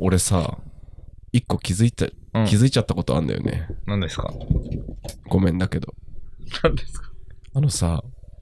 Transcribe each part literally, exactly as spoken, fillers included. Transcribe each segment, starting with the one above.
俺さ、一個気づいた、うん、気づいちゃったことあんだよね。 何ですか？ ごめんだけど。 何ですか？ あのさ、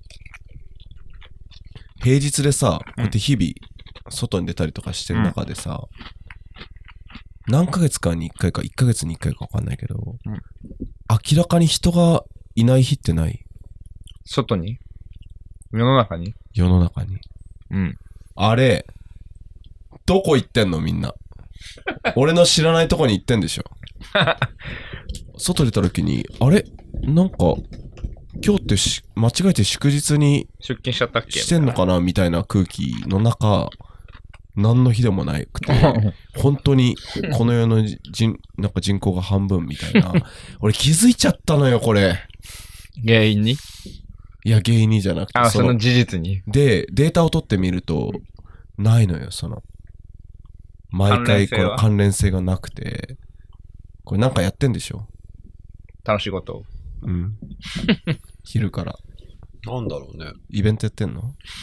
平日でさ、こうやって日々、外に出たりとかしてる中でさ、うん、何ヶ月かにいっかいか、いっかげつにいっかいかわかんないけど、うん、明らかに人がいない日ってない？ 外に？世の中に？ 世の中に。 うん。 あれ、どこ行ってんのみんな。俺の知らないとこに行ってんでしょ。外出た時に、あれなんか、今日ってし間違えて祝日に出勤しちゃったっけしてんのかなみたいな空気の中、何の日でもないくて、本当にこの世の人、なんか人口が半分みたいな。俺気づいちゃったのよ、これ。 原因に？ いや、原因にじゃなくて。 あ、その、その事実に。 で、データを取ってみると、ないのよ、その。毎回この関連性がなくて。これなんかやってんでしょ？ 楽しいことを。 うん。昼から。 なんだろうね。 イベントやってんの？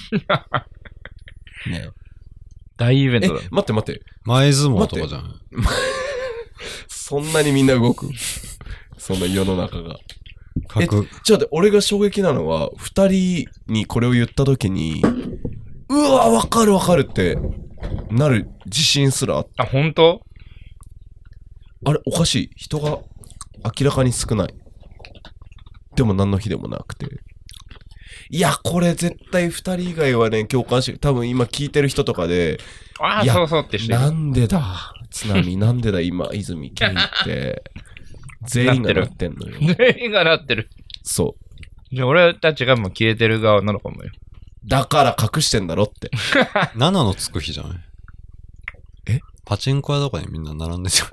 ねえ。 大イベントだ。 え、待って待って。 前相撲とかじゃん。 そんなにみんな動く？そんな世の中が。え、 各じゃあ俺が衝撃なのは、二人にこれを言ったときに、うわ、わかるわかるってなる自信すらあった。 あ、本当？ あれ、おかしい。人が明らかに少ない。でも何の日でもなくて。いや、これ絶対二人以外はね、共感して、多分今聞いてる人とかで、 ああ、そうそうってしてる。 なんでだ、津波、なんでだ、今、泉健って、全員がなってんのよ。 全員がなってる。 そう。 じゃあ俺たちがもう消えてる側なのかもよ。 だから隠してんだろって。 ななのつく日じゃない？ え？ パチンコ屋とかにみんな並んでるよ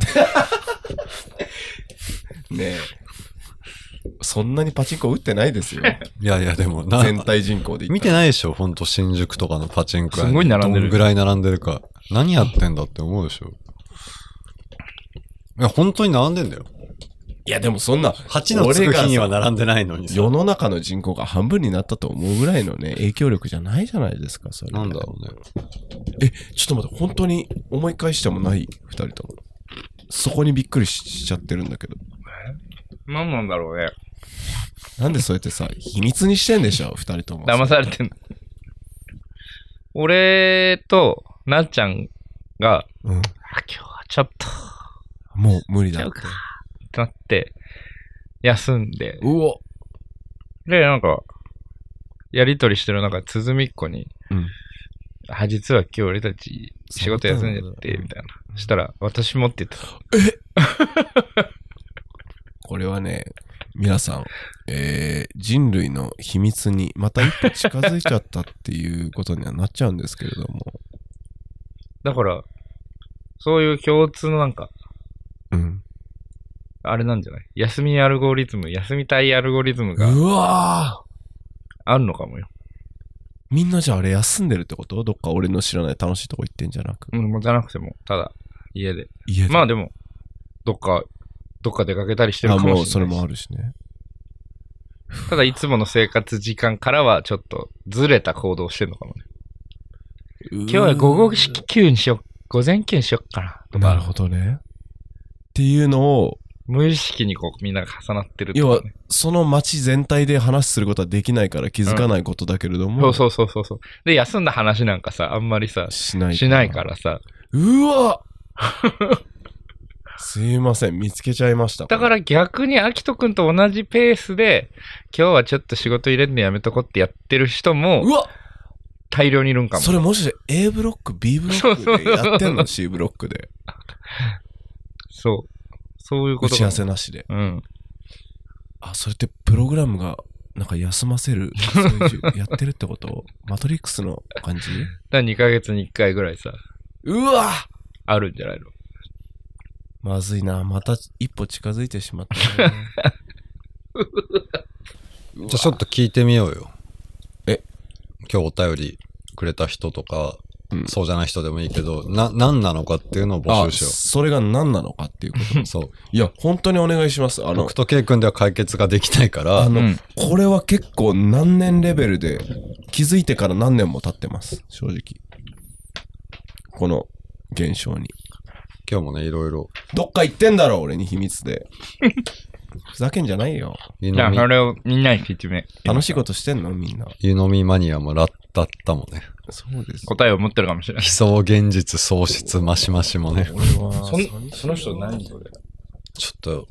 ね。ねえ。そんなにパチンコ打ってないですよ。 いやいや、でもな、 全体人口で言ったら。 見てないでしょ、ほんと新宿とかのパチンコ屋に。 すごい並んでる。 どんぐらい並んでるか。何やってんだって思うでしょ。いや、本当に並んでんだよ。 いや、でもそんな、 はちのつく日には並んでないのにさ。 世の中の人口が半分になったと思うぐらいのね、影響力じゃないじゃないですか、それ。 なんだろうね。 え、ちょっと待って、本当に思い返してもない、二人とも。そこにびっくりしちゃってるんだけど。 何なんだろうね。 なんでそうやってさ、秘密にしてんでしょ、二人とも。 騙されてんの。俺と、なっちゃんが、 うん、あ、 今日はちょっと、 もう無理だって。 ってなって、休んで。 うお。 で、なんか、やりとりしてる中、つづみっこに、 うん、 あ、実は今日俺たち仕事休んじゃって、みたいな。うん、したら、私もって言ってた。えこれはね、皆さん、えー、人類の秘密にまた一歩近づいちゃったっていうことにはなっちゃうんですけれども。 だから、そういう共通のなんか、 うん。 あれなんじゃない？休みアルゴリズム、休みたいアルゴリズムが。 うわーあるのかもよ。 みんなじゃああれ休んでるってこと？どっか俺の知らない楽しいとこ行ってんじゃなく。 うん、もうじゃなくても、ただ、家で。 家で。 まあでも、どっか、どっか出かけたりしてるかもしれない。あ、もうそれもあるしね。 ただいつもの生活時間からはちょっとずれた行動をしてるのかもね。今日は午後休にしよう、午前休にしよっかなとか。 なるほどね。っていうのを、 無意識にこうみんなが重なってるとか、ね。 要は、その街全体で話することはできないから気づかないことだけれども。 うん、そうそうそうそう。で、休んだ話なんかさ、あんまりさ、 しないから。 しないからさ。 うわすいません、見つけちゃいました。 だから逆に、アキトくんと同じペースで、今日はちょっと仕事入れるのやめとこってやってる人も、 うわ大量にいるんかも。 それもし A ブロック、B ブロックでやってんの?C ブロックで。 そう。そういうこと。 打ち合わせなしで。 うん。 あ、それってプログラムが、なんか休ませる、そういうやってるってことマトリックスの感じだからにかげつにいっかいぐらいさ。 うわあるんじゃないの？ まずいな。また一歩近づいてしまったね。 じゃあちょっと聞いてみようよ。 え今日お便りくれた人とか、うん、そうじゃない人でもいいけど、な、何なのかっていうのを募集しよう。 それが何なのかっていうこと。 そう。 いや、本当にお願いします。あの、 僕とケイ君では解決ができないから、 あの、うん、これは結構何年レベルで、気づいてから何年も経ってます。正直。この現象に。 今日もね、いろいろ。 どっか行ってんだろ、俺に秘密で。ふざけんじゃないよ。 湯飲じゃあ、 みそれをみんなに説明。 楽しいことしてんのみんな。 湯飲みマニアもラッタッタもね。 そうです。 答えを持ってるかもしれない。 悲壮現実喪失マシマシもね。 俺はそんその人何それちょっと、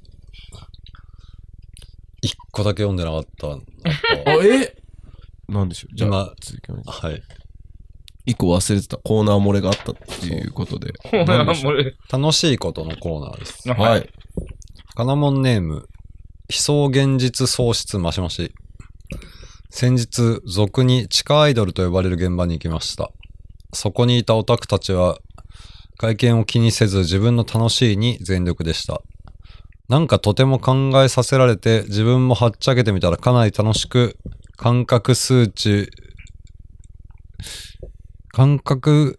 一個だけ読んでなかった。 あ、えなんでしょう。じゃあ今、 続きましてはい。 一個忘れてたコーナー漏れがあったっていうことで。 も何でしょうう楽しいことのコーナーです。 ははいい。 カナモンネーム、悲壮現実喪失マシマシ。先日、俗に地下アイドルと呼ばれる現場に行きました。そこにいたオタクたちは、外見を気にせず自分の楽しいに全力でした。なんかとても考えさせられて、自分もはっちゃけてみたらかなり楽しく、感覚数値、感覚、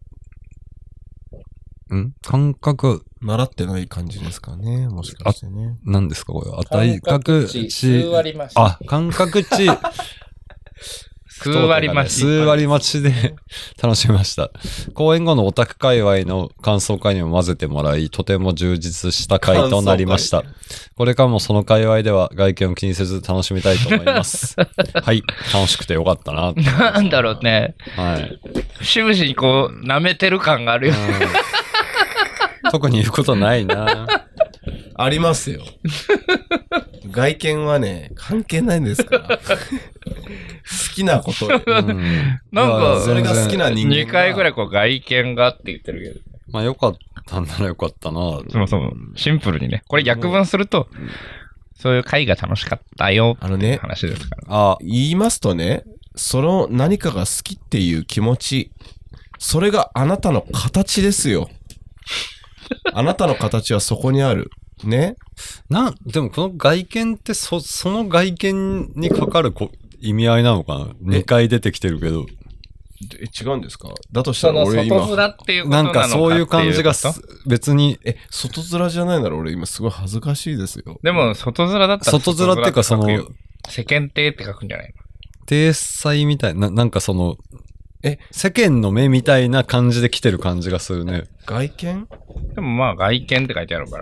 ん感覚、 習ってない感じですかね。もしかしてね。 何ですかこれ。値覚値。 数割増し。 あ、感覚値。 数割増し。 数割待ちで楽しみました。公演後のオタク界隈の感想会にも混ぜてもらい、とても充実した回となりました。これからもその界隈では外見を気にせず楽しみたいと思います。はい。楽しくてよかったな。 なんだろうね。 はい。 節々にこう、舐めてる感があるよ。 特に言うことないな。 ありますよ。外見はね、関係ないんですから。好きなことで。 うん、 なんか、 それが好きな人間がにかいぐらいこう外見がって言ってるけど。 まあよかったんならよかったな。 そもそも、シンプルにね。これ逆文すると、そういう回が楽しかったよっていう話ですから。 あ、 言いますとね、その何かが好きっていう気持ち、それがあなたの形ですよ。あなたの形はそこにある。ね。 なん、でもこの外見ってそ、その外見にかかるこ意味合いなのかな ?に 回出てきてるけど。 え、違うんですか？だとしたら俺今。 外面っていうことなのかなんかそういう感じがす別に。 え、外面じゃないなら俺今すごい恥ずかしいですよ。 でも、外面だったら外面っていうかその、 世間体って書くんじゃないの？ 体裁みたいな、なんかその、え、世間の目みたいな感じで来てる感じがするね。 外見？ でもまあ外見って書いてあるから。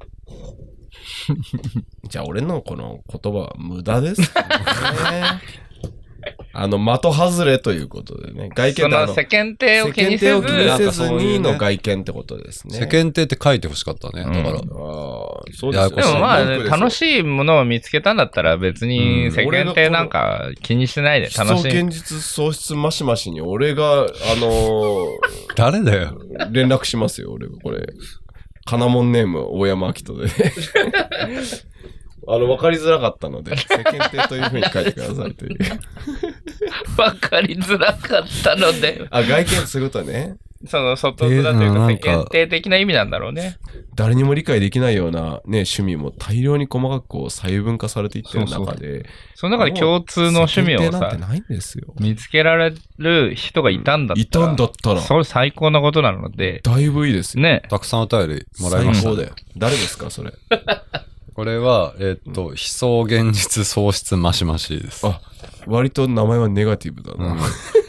じゃあ俺のこの言葉は無駄ですね。あの、的外れということでね。外見ってあの、 その世間体を気にせず、 世間体を気にせずにのね外見ってことですね。 世間体って書いてほしかったね。だから。 ああ、そうですよ。 でもまあ、楽い。 しいものを見つけたんだったら別に世間体なんか気にしてないで楽しい。 そう現実喪失マシマシに俺が、あのー、 誰だよ。 連絡しますよ、俺がこれ。カナモンネーム、大山明人で。あの、わかりづらかったので、世間体というふうに書いてくださいという。 わかりづらかったので。 あ、外見するとね。 その外面というか世間体的な意味なんだろうね。 誰にも理解できないようなね、趣味も大量に細かくこう細分化されていってる中で。 その中で共通の趣味をさ、 ないんですよ。 見つけられる人がいたんだったら。 いたんだったら。 それ最高なことなので。 だいぶいいですよ。 ね。 たくさんお便りもらいました、ね。 最高だよ。誰ですか、それ。 これは、えー、っと、悲壮現実喪失マシマシです。 あ、割と名前はネガティブだな。うん、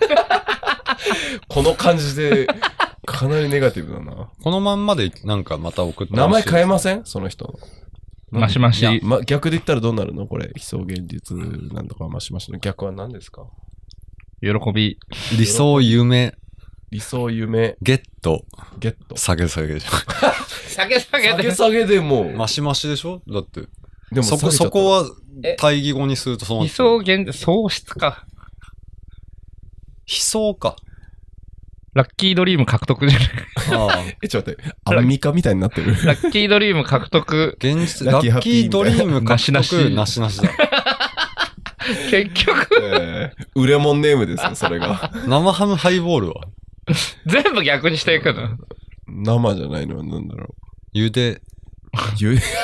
この感じで、かなりネガティブだな。 このまんまでなんかまた送って名前変えませんその人の。 マシマシ。 ま、逆で言ったらどうなるのこれ。悲壮現実なんとかマシマシの逆は何ですか？ 喜び。 理想、夢。 理想、夢。 ゲット。 ゲット。 下げ下げじゃん。 下げ下げで。 下げ下げでもう。 マシマシでしょだって。 でもそこ、そこは、対義語にするとその。 理想現実、喪失か。 悲壮か。 ラッキードリーム獲得じゃない。 ああ。え、ちょっと待って。アンミカみたいになってる。 ラッキードリーム獲得。 現実、ラッキードリーム獲得。 なしなし。 なしなしだ。 結局、 えー。売れもんネームですよ、それが。 生ハムハイボールは全部逆にしていくの。 生じゃないのは何だろう。 ゆで。 ゆで。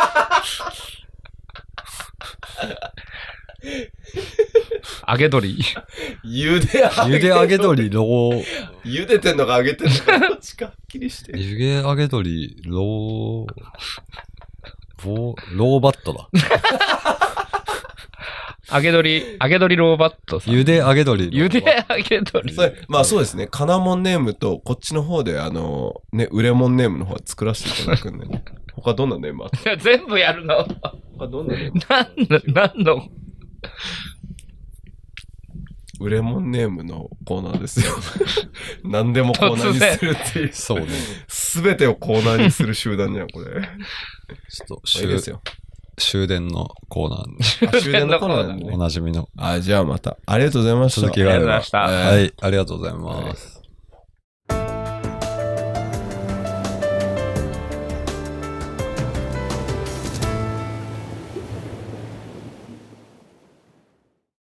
揚げ鶏。 ゆで揚げゆで揚げ鶏、ロー。 ゆでてんのか揚げてんのか、どっちかはっきりして。 ゆで揚げ鶏、ロー、ボー、ローバットだ。 揚げ鶏、揚げ鶏ローバットさん。 ゆで揚げ鶏。 ゆで揚げ鶏。 それ、まあそうですね。カナモンネームと、こっちの方で、あの、ね、ウレモンネームの方作らせていただくんで、ね。他どんなネームあった？ 全部やるの他どんなネーム？ なんの、なんのウレモンネームのコーナーですよ。何でもコーナーにするっていう。 そうね。 すべてをコーナーにする集団じゃん、これ。 ちょっといいですよ。 終電のコーナあ終電のコーナーなんでー、 ねおなじみの。 あ、じゃあまた。ありがとうございました。 続きがあれば。 ありがとうございましたはい、ありがとうございます。